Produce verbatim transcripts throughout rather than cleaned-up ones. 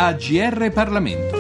A G R Parlamento.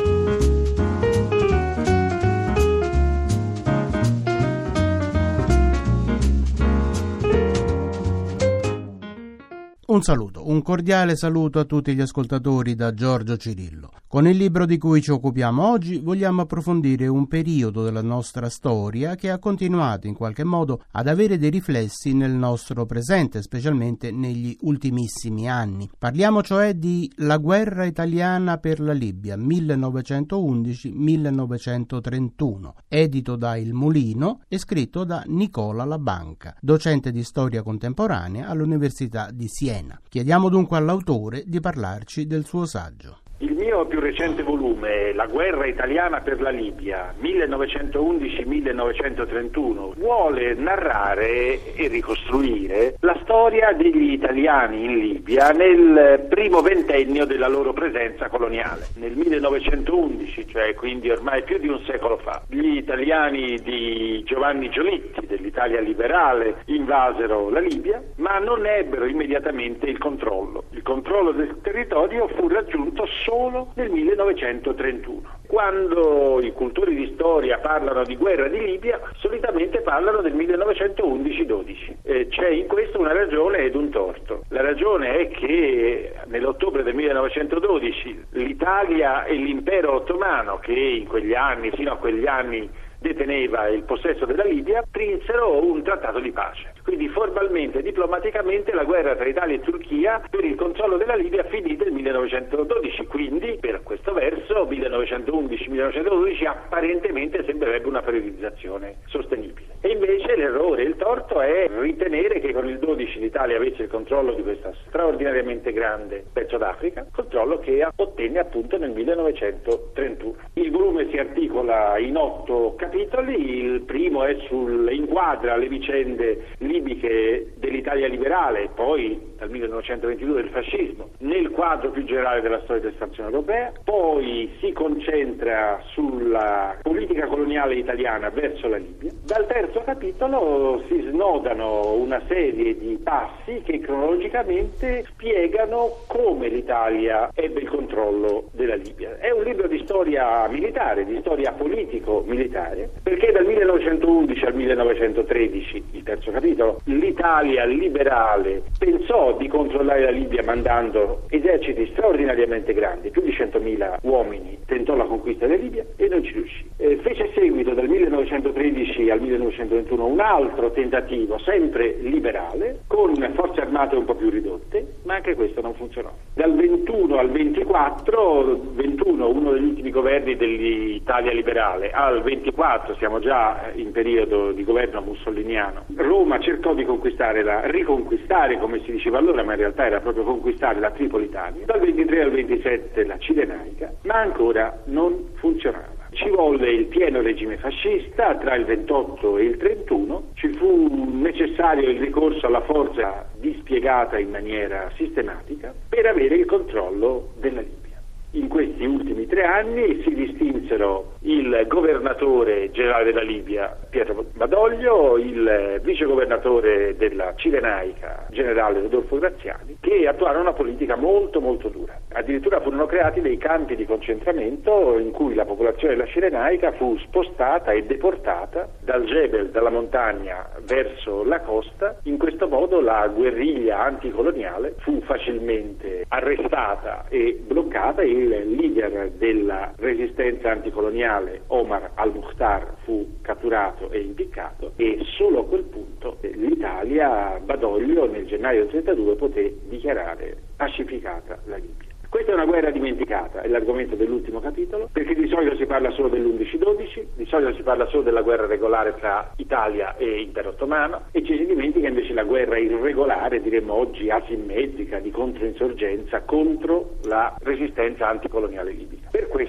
Un saluto, un cordiale saluto a tutti gli ascoltatori da Giorgio Cirillo. Con il libro di cui ci occupiamo oggi vogliamo approfondire un periodo della nostra storia che ha continuato in qualche modo ad avere dei riflessi nel nostro presente, specialmente negli ultimissimi anni. Parliamo cioè di La guerra italiana per la Libia, millenovecentoundici millenovecentotrentuno, edito da Il Mulino e scritto da Nicola Labanca, docente di storia contemporanea all'Università di Siena. Chiediamo dunque all'autore di parlarci del suo saggio. Il mio più recente volume, La guerra italiana per la Libia, millenovecentoundici millenovecentotrentuno, vuole narrare e ricostruire la storia degli italiani in Libia nel primo ventennio della loro presenza coloniale. Nel millenovecentoundici, cioè quindi ormai più di un secolo fa, gli italiani di Giovanni Giolitti, dell'Italia liberale, invasero la Libia, ma non ne ebbero immediatamente il controllo. Il controllo del territorio fu raggiunto solo nel millenovecentotrentuno. Quando i cultori di storia parlano di guerra di Libia, solitamente parlano del millenovecentoundici dodici. Eh, c'è in questo una ragione ed un torto. La ragione è che nell'ottobre del millenovecentododici l'Italia e l'impero ottomano, che in quegli anni, fino a quegli anni, deteneva il possesso della Libia, strinsero un trattato di pace. Quindi formalmente e diplomaticamente la guerra tra Italia e Turchia per il controllo della Libia finì nel millenovecentododici, quindi per questo verso millenovecentoundici millenovecentododici apparentemente sembrerebbe una periodizzazione sostenibile. E invece l'errore, il torto è ritenere che con il dodici l'Italia avesse il controllo di questa straordinariamente grande pezzo d'Africa, controllo che ottenne appunto nel millenovecentotrentuno. Il volume si articola in otto capitoli. Il primo è sul inquadra le vicende libiche dell'Italia liberale, poi dal millenovecentoventidue del fascismo, nel quadro più generale della storia dell'espansione europea. Poi si concentra sulla politica coloniale italiana verso la Libia. Dal terzo capitolo si snodano una serie di passi che cronologicamente spiegano come l'Italia ebbe il controllo della Libia. È un libro di storia militare, di storia politico-militare, perché dal millenovecentoundici al millenovecentotredici, il terzo capitolo, l'Italia liberale pensò di controllare la Libia mandando eserciti straordinariamente grandi, più di centomila uomini, tentò la conquista della Libia e non ci riuscì. Eh, fece seguito dal millenovecentotredici al millenovecentoventuno un altro tentativo, sempre liberale, con forze armate un po' più ridotte, ma anche questo non funzionò. Dal ventuno al ventiquattro, ventuno uno degli ultimi governi dell'Italia liberale, al ventiquattro siamo già in periodo di governo mussoliniano, Roma cercò di conquistare la, riconquistare come si diceva allora, ma in realtà era proprio conquistare la Tripolitania, dal ventitré al ventisette la Cirenaica, ma ancora non funzionava. Ci volle il pieno regime fascista tra il ventotto e il trentuno, ci fu necessario il ricorso alla forza dispiegata in maniera sistematica per avere il controllo della Libia. In questi ultimi tre anni si distinsero il governatore generale della Libia Pietro Badoglio, il vicegovernatore della Cirenaica generale Rodolfo Graziani, che attuarono una politica molto molto dura. Addirittura furono creati dei campi di concentramento in cui la popolazione della Cirenaica fu spostata e deportata dal Jebel, dalla montagna, verso la costa. In questo modo la guerriglia anticoloniale fu facilmente arrestata e bloccata e il leader della resistenza anticoloniale, Omar al-Mukhtar, fu catturato e impiccato e solo a quel punto l'Italia, Badoglio, nel gennaio del trentadue poté dichiarare pacificata la Libia. Questa è una guerra dimenticata, è l'argomento dell'ultimo capitolo, perché di solito si parla solo dell'undici dodici, di solito si parla solo della guerra regolare tra Italia e Impero Ottomano e ci si dimentica invece la guerra irregolare, diremmo oggi asimmetrica, di controinsorgenza contro la resistenza anticoloniale libica. Per questo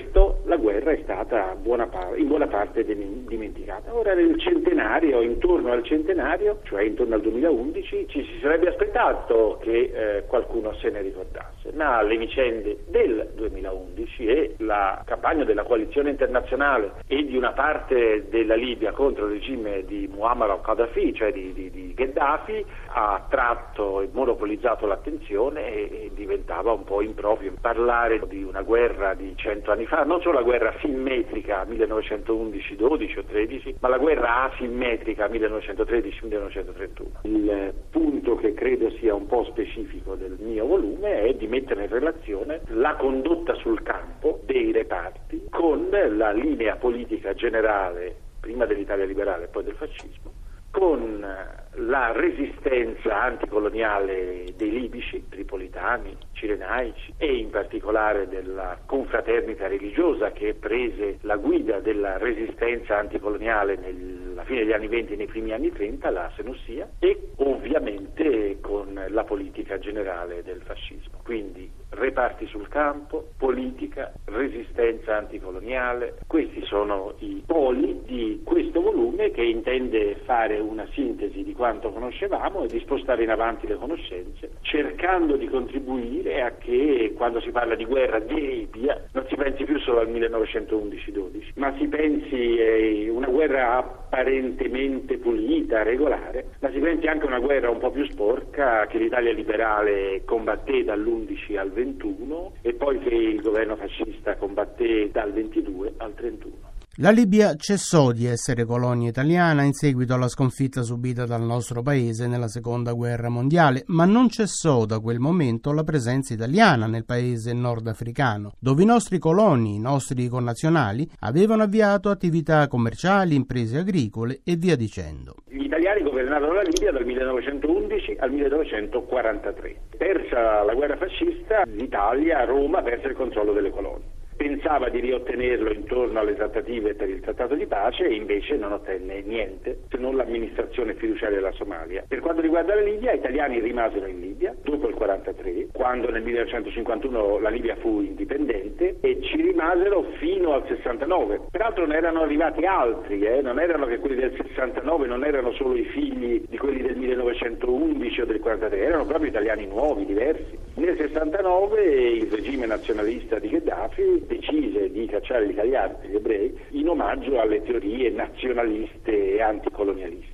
la guerra è stata buona par- in buona parte dimenticata. Ora nel centenario, intorno al centenario, cioè intorno al duemilaundici, ci si sarebbe aspettato che eh, qualcuno se ne ricordasse, ma le vicende del duemilaundici e la campagna della coalizione internazionale e di una parte della Libia contro il regime di Muammar al-Qaddafi, cioè di, di, di Gheddafi, ha tratto e monopolizzato l'attenzione e, e diventava un po' improprio parlare di una guerra di cento anni fa, non solo la guerra simmetrica millenovecentoundici dodici o tredici, ma la guerra asimmetrica millenovecentotredici millenovecentotrentuno. Il punto che credo sia un po' specifico del mio volume è di mettere in relazione la condotta sul campo dei reparti con la linea politica generale, prima dell'Italia liberale e poi del fascismo, con la resistenza anticoloniale dei libici, tripolitani, cirenaici e in particolare della confraternita religiosa che prese la guida della resistenza anticoloniale nella fine degli anni venti e nei primi anni trenta, la Senussia, e ovviamente con la politica generale del fascismo. Quindi reparti sul campo, politica, resistenza anticoloniale, questi sono i poli di questo volume che intende fare una sintesi di quanto conoscevamo e di spostare in avanti le conoscenze, cercando di contribuire a che quando si parla di guerra di Libia non si pensi più solo al millenovecentoundici dodici, ma si pensi a una guerra apparentemente pulita, regolare, ma si pensi anche a una guerra un po' più sporca che l'Italia liberale combatté dall'undici al ventuno e poi che il governo fascista combatté dal ventidue al trentuno. La Libia cessò di essere colonia italiana in seguito alla sconfitta subita dal nostro paese nella Seconda Guerra Mondiale, ma non cessò da quel momento la presenza italiana nel paese nordafricano, dove i nostri coloni, i nostri connazionali, avevano avviato attività commerciali, imprese agricole e via dicendo. Gli italiani governarono la Libia dal millenovecentoundici al millenovecentoquarantatré. Persa la guerra fascista, l'Italia, Roma, perse il controllo delle colonie. Pensava di riottenerlo intorno alle trattative per il trattato di pace e invece non ottenne niente, se non l'amministrazione fiduciaria della Somalia. Per quanto riguarda la Libia, gli italiani rimasero in Libia dopo il quarantatré, quando nel millenovecentocinquantuno la Libia fu indipendente, e ci rimasero fino al sessantanove. Peraltro ne erano arrivati altri, eh? non erano che quelli del sessantanove, non erano solo i figli di quelli del millenovecentoundici o del quarantatré, erano proprio italiani nuovi, diversi. Nel sessantanove il regime nazionalista di Gheddafi decise di cacciare gli italiani e gli ebrei in omaggio alle teorie nazionaliste e anticolonialiste.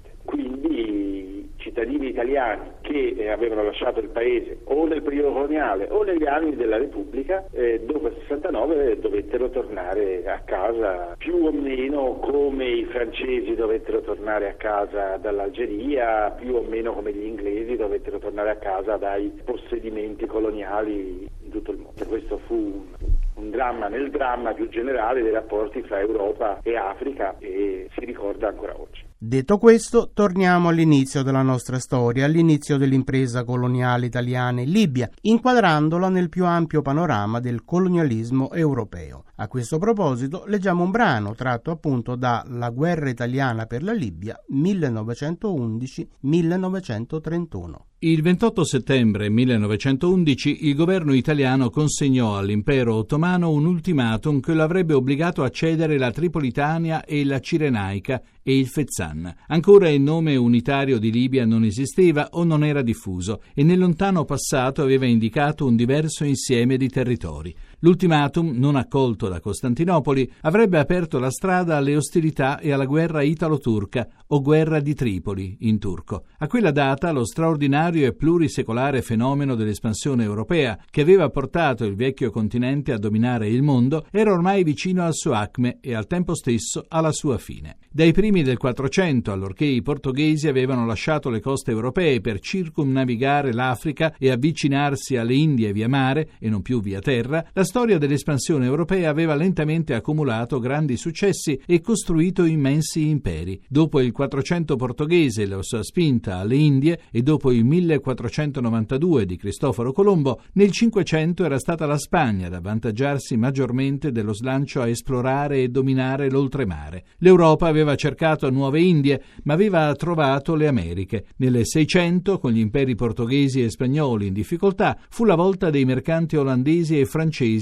Quindi cittadini italiani che eh, avevano lasciato il paese o nel periodo coloniale o negli anni della Repubblica, eh, dopo il sessantanove dovettero tornare a casa più o meno come i francesi dovettero tornare a casa dall'Algeria, più o meno come gli inglesi dovettero tornare a casa dai possedimenti coloniali in tutto il mondo. Questo fu un un dramma nel dramma più generale dei rapporti fra Europa e Africa e si ricorda ancora oggi. Detto questo, torniamo all'inizio della nostra storia, all'inizio dell'impresa coloniale italiana in Libia, inquadrandola nel più ampio panorama del colonialismo europeo. A questo proposito leggiamo un brano tratto appunto da La guerra italiana per la Libia millenovecentoundici millenovecentotrentuno. Il ventotto settembre millenovecentoundici il governo italiano consegnò all'impero ottomano un ultimatum che lo avrebbe obbligato a cedere la Tripolitania e la Cirenaica e il Fezzan. Ancora il nome unitario di Libia non esisteva o non era diffuso e nel lontano passato aveva indicato un diverso insieme di territori. L'ultimatum, non accolto da Costantinopoli, avrebbe aperto la strada alle ostilità e alla guerra italo-turca o guerra di Tripoli in turco. A quella data lo straordinario e plurisecolare fenomeno dell'espansione europea, che aveva portato il vecchio continente a dominare il mondo, era ormai vicino al suo acme e al tempo stesso alla sua fine. Dai primi del Quattrocento, allorché i portoghesi avevano lasciato le coste europee per circumnavigare l'Africa e avvicinarsi alle Indie via mare e non più via terra, la storia dell'espansione europea aveva lentamente accumulato grandi successi e costruito immensi imperi. Dopo il Quattrocento portoghese e la sua spinta alle Indie e dopo il millequattrocentonovantadue di Cristoforo Colombo, nel Cinquecento era stata la Spagna ad avvantaggiarsi maggiormente dello slancio a esplorare e dominare l'oltremare. L'Europa aveva cercato nuove Indie, ma aveva trovato le Americhe. Nel Seicento, con gli imperi portoghesi e spagnoli in difficoltà, fu la volta dei mercanti olandesi e francesi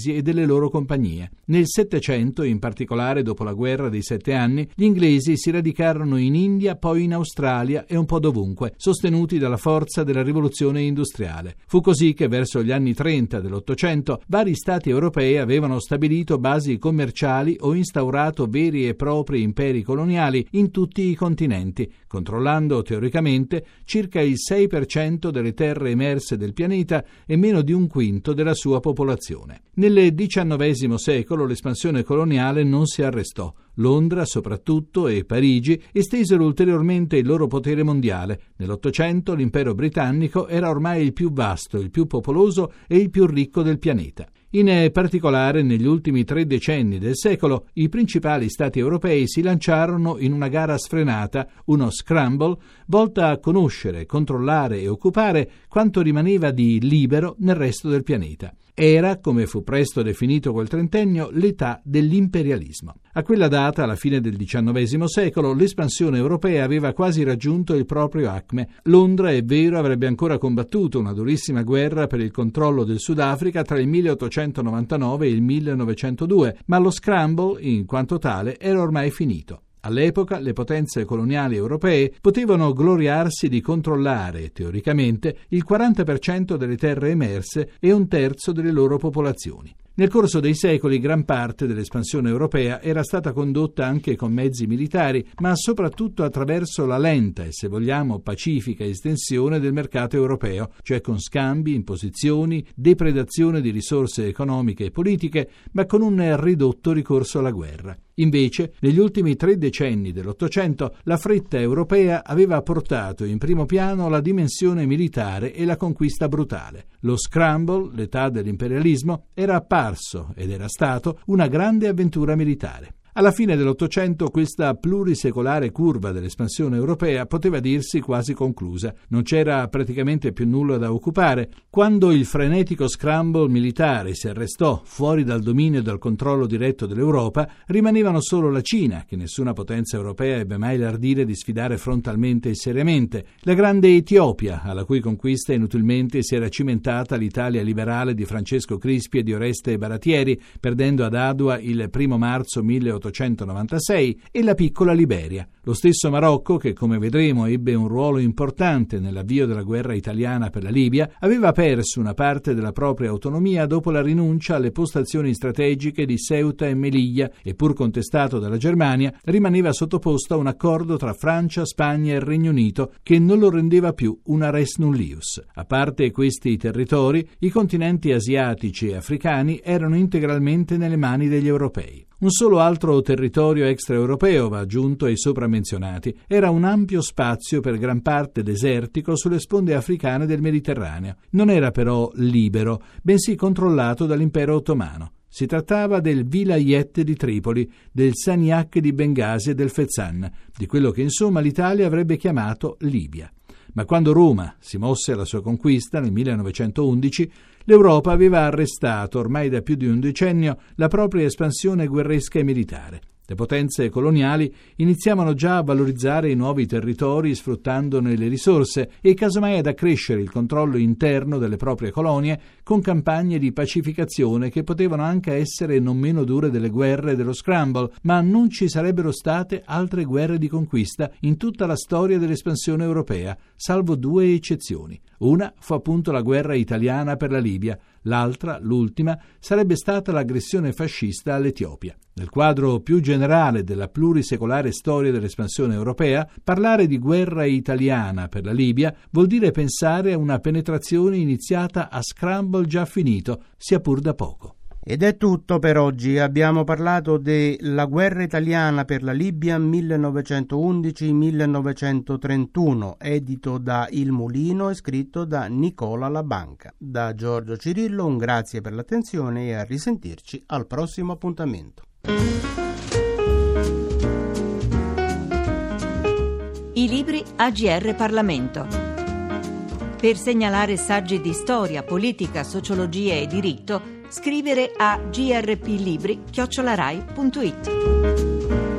inglesi e delle loro compagnie. Nel Settecento, in particolare dopo la guerra dei sette anni, gli inglesi si radicarono in India, poi in Australia e un po' dovunque, sostenuti dalla forza della rivoluzione industriale. Fu così che verso gli anni trenta dell'Ottocento vari stati europei avevano stabilito basi commerciali o instaurato veri e propri imperi coloniali in tutti i continenti, controllando teoricamente circa il sei per cento delle terre emerse del pianeta e meno di un quinto della sua popolazione. Nel diciannovesimo secolo l'espansione coloniale non si arrestò. Londra, soprattutto, e Parigi estesero ulteriormente il loro potere mondiale. Nell'Ottocento l'impero britannico era ormai il più vasto, il più popoloso e il più ricco del pianeta. In particolare, negli ultimi tre decenni del secolo, i principali stati europei si lanciarono in una gara sfrenata, uno scramble, volta a conoscere, controllare e occupare quanto rimaneva di libero nel resto del pianeta. Era, come fu presto definito quel trentennio, l'età dell'imperialismo. A quella data, alla fine del diciannovesimo secolo, l'espansione europea aveva quasi raggiunto il proprio acme. Londra, è vero, avrebbe ancora combattuto una durissima guerra per il controllo del Sudafrica tra il milleottocentonovantanove e il millenovecentodue, ma lo scramble, in quanto tale, era ormai finito. All'epoca le potenze coloniali europee potevano gloriarsi di controllare, teoricamente, il quaranta per cento delle terre emerse e un terzo delle loro popolazioni. Nel corso dei secoli gran parte dell'espansione europea era stata condotta anche con mezzi militari, ma soprattutto attraverso la lenta e, se vogliamo, pacifica estensione del mercato europeo, cioè con scambi, imposizioni, depredazione di risorse economiche e politiche, ma con un ridotto ricorso alla guerra. Invece, negli ultimi tre decenni dell'Ottocento, la fretta europea aveva portato in primo piano la dimensione militare e la conquista brutale. Lo scramble, l'età dell'imperialismo, era apparso, ed era stato, una grande avventura militare. Alla fine dell'Ottocento questa plurisecolare curva dell'espansione europea poteva dirsi quasi conclusa. Non c'era praticamente più nulla da occupare. Quando il frenetico scramble militare si arrestò fuori dal dominio e dal controllo diretto dell'Europa, rimanevano solo la Cina, che nessuna potenza europea ebbe mai l'ardire di sfidare frontalmente e seriamente, la grande Etiopia, alla cui conquista inutilmente si era cimentata l'Italia liberale di Francesco Crispi e di Oreste Baratieri, perdendo ad Adua il primo marzo milleottocentonovantasei, e la piccola Liberia. Lo stesso Marocco, che come vedremo ebbe un ruolo importante nell'avvio della guerra italiana per la Libia, aveva perso una parte della propria autonomia dopo la rinuncia alle postazioni strategiche di Ceuta e Melilla e, pur contestato dalla Germania, rimaneva sottoposto a un accordo tra Francia, Spagna e il Regno Unito che non lo rendeva più una res nullius. A parte questi territori, i continenti asiatici e africani erano integralmente nelle mani degli europei. Un solo altro territorio extraeuropeo va aggiunto ai sopra menzionati. Era un ampio spazio per gran parte desertico sulle sponde africane del Mediterraneo. Non era però libero, bensì controllato dall'impero ottomano. Si trattava del Vilayet di Tripoli, del Saniac di Bengasi e del Fezzan, di quello che insomma l'Italia avrebbe chiamato Libia. Ma quando Roma si mosse alla sua conquista nel millenovecentoundici, l'Europa aveva arrestato ormai da più di un decennio la propria espansione guerresca e militare. Le potenze coloniali iniziavano già a valorizzare i nuovi territori sfruttandone le risorse e casomai ad accrescere il controllo interno delle proprie colonie con campagne di pacificazione che potevano anche essere non meno dure delle guerre dello scramble, ma non ci sarebbero state altre guerre di conquista in tutta la storia dell'espansione europea, salvo due eccezioni. Una fu appunto la guerra italiana per la Libia, l'altra, l'ultima, sarebbe stata l'aggressione fascista all'Etiopia. Nel quadro più generale della plurisecolare storia dell'espansione europea, parlare di guerra italiana per la Libia vuol dire pensare a una penetrazione iniziata a scramble già finito, sia pur da poco. Ed è tutto per oggi. Abbiamo parlato della guerra italiana per la Libia millenovecentoundici millenovecentotrentuno, edito da Il Mulino e scritto da Nicola Labanca. Da Giorgio Cirillo un grazie per l'attenzione e a risentirci al prossimo appuntamento. I libri A G R Parlamento. Per segnalare saggi di storia, politica, sociologia e diritto, scrivere a grplibri chiocciola rai punto it.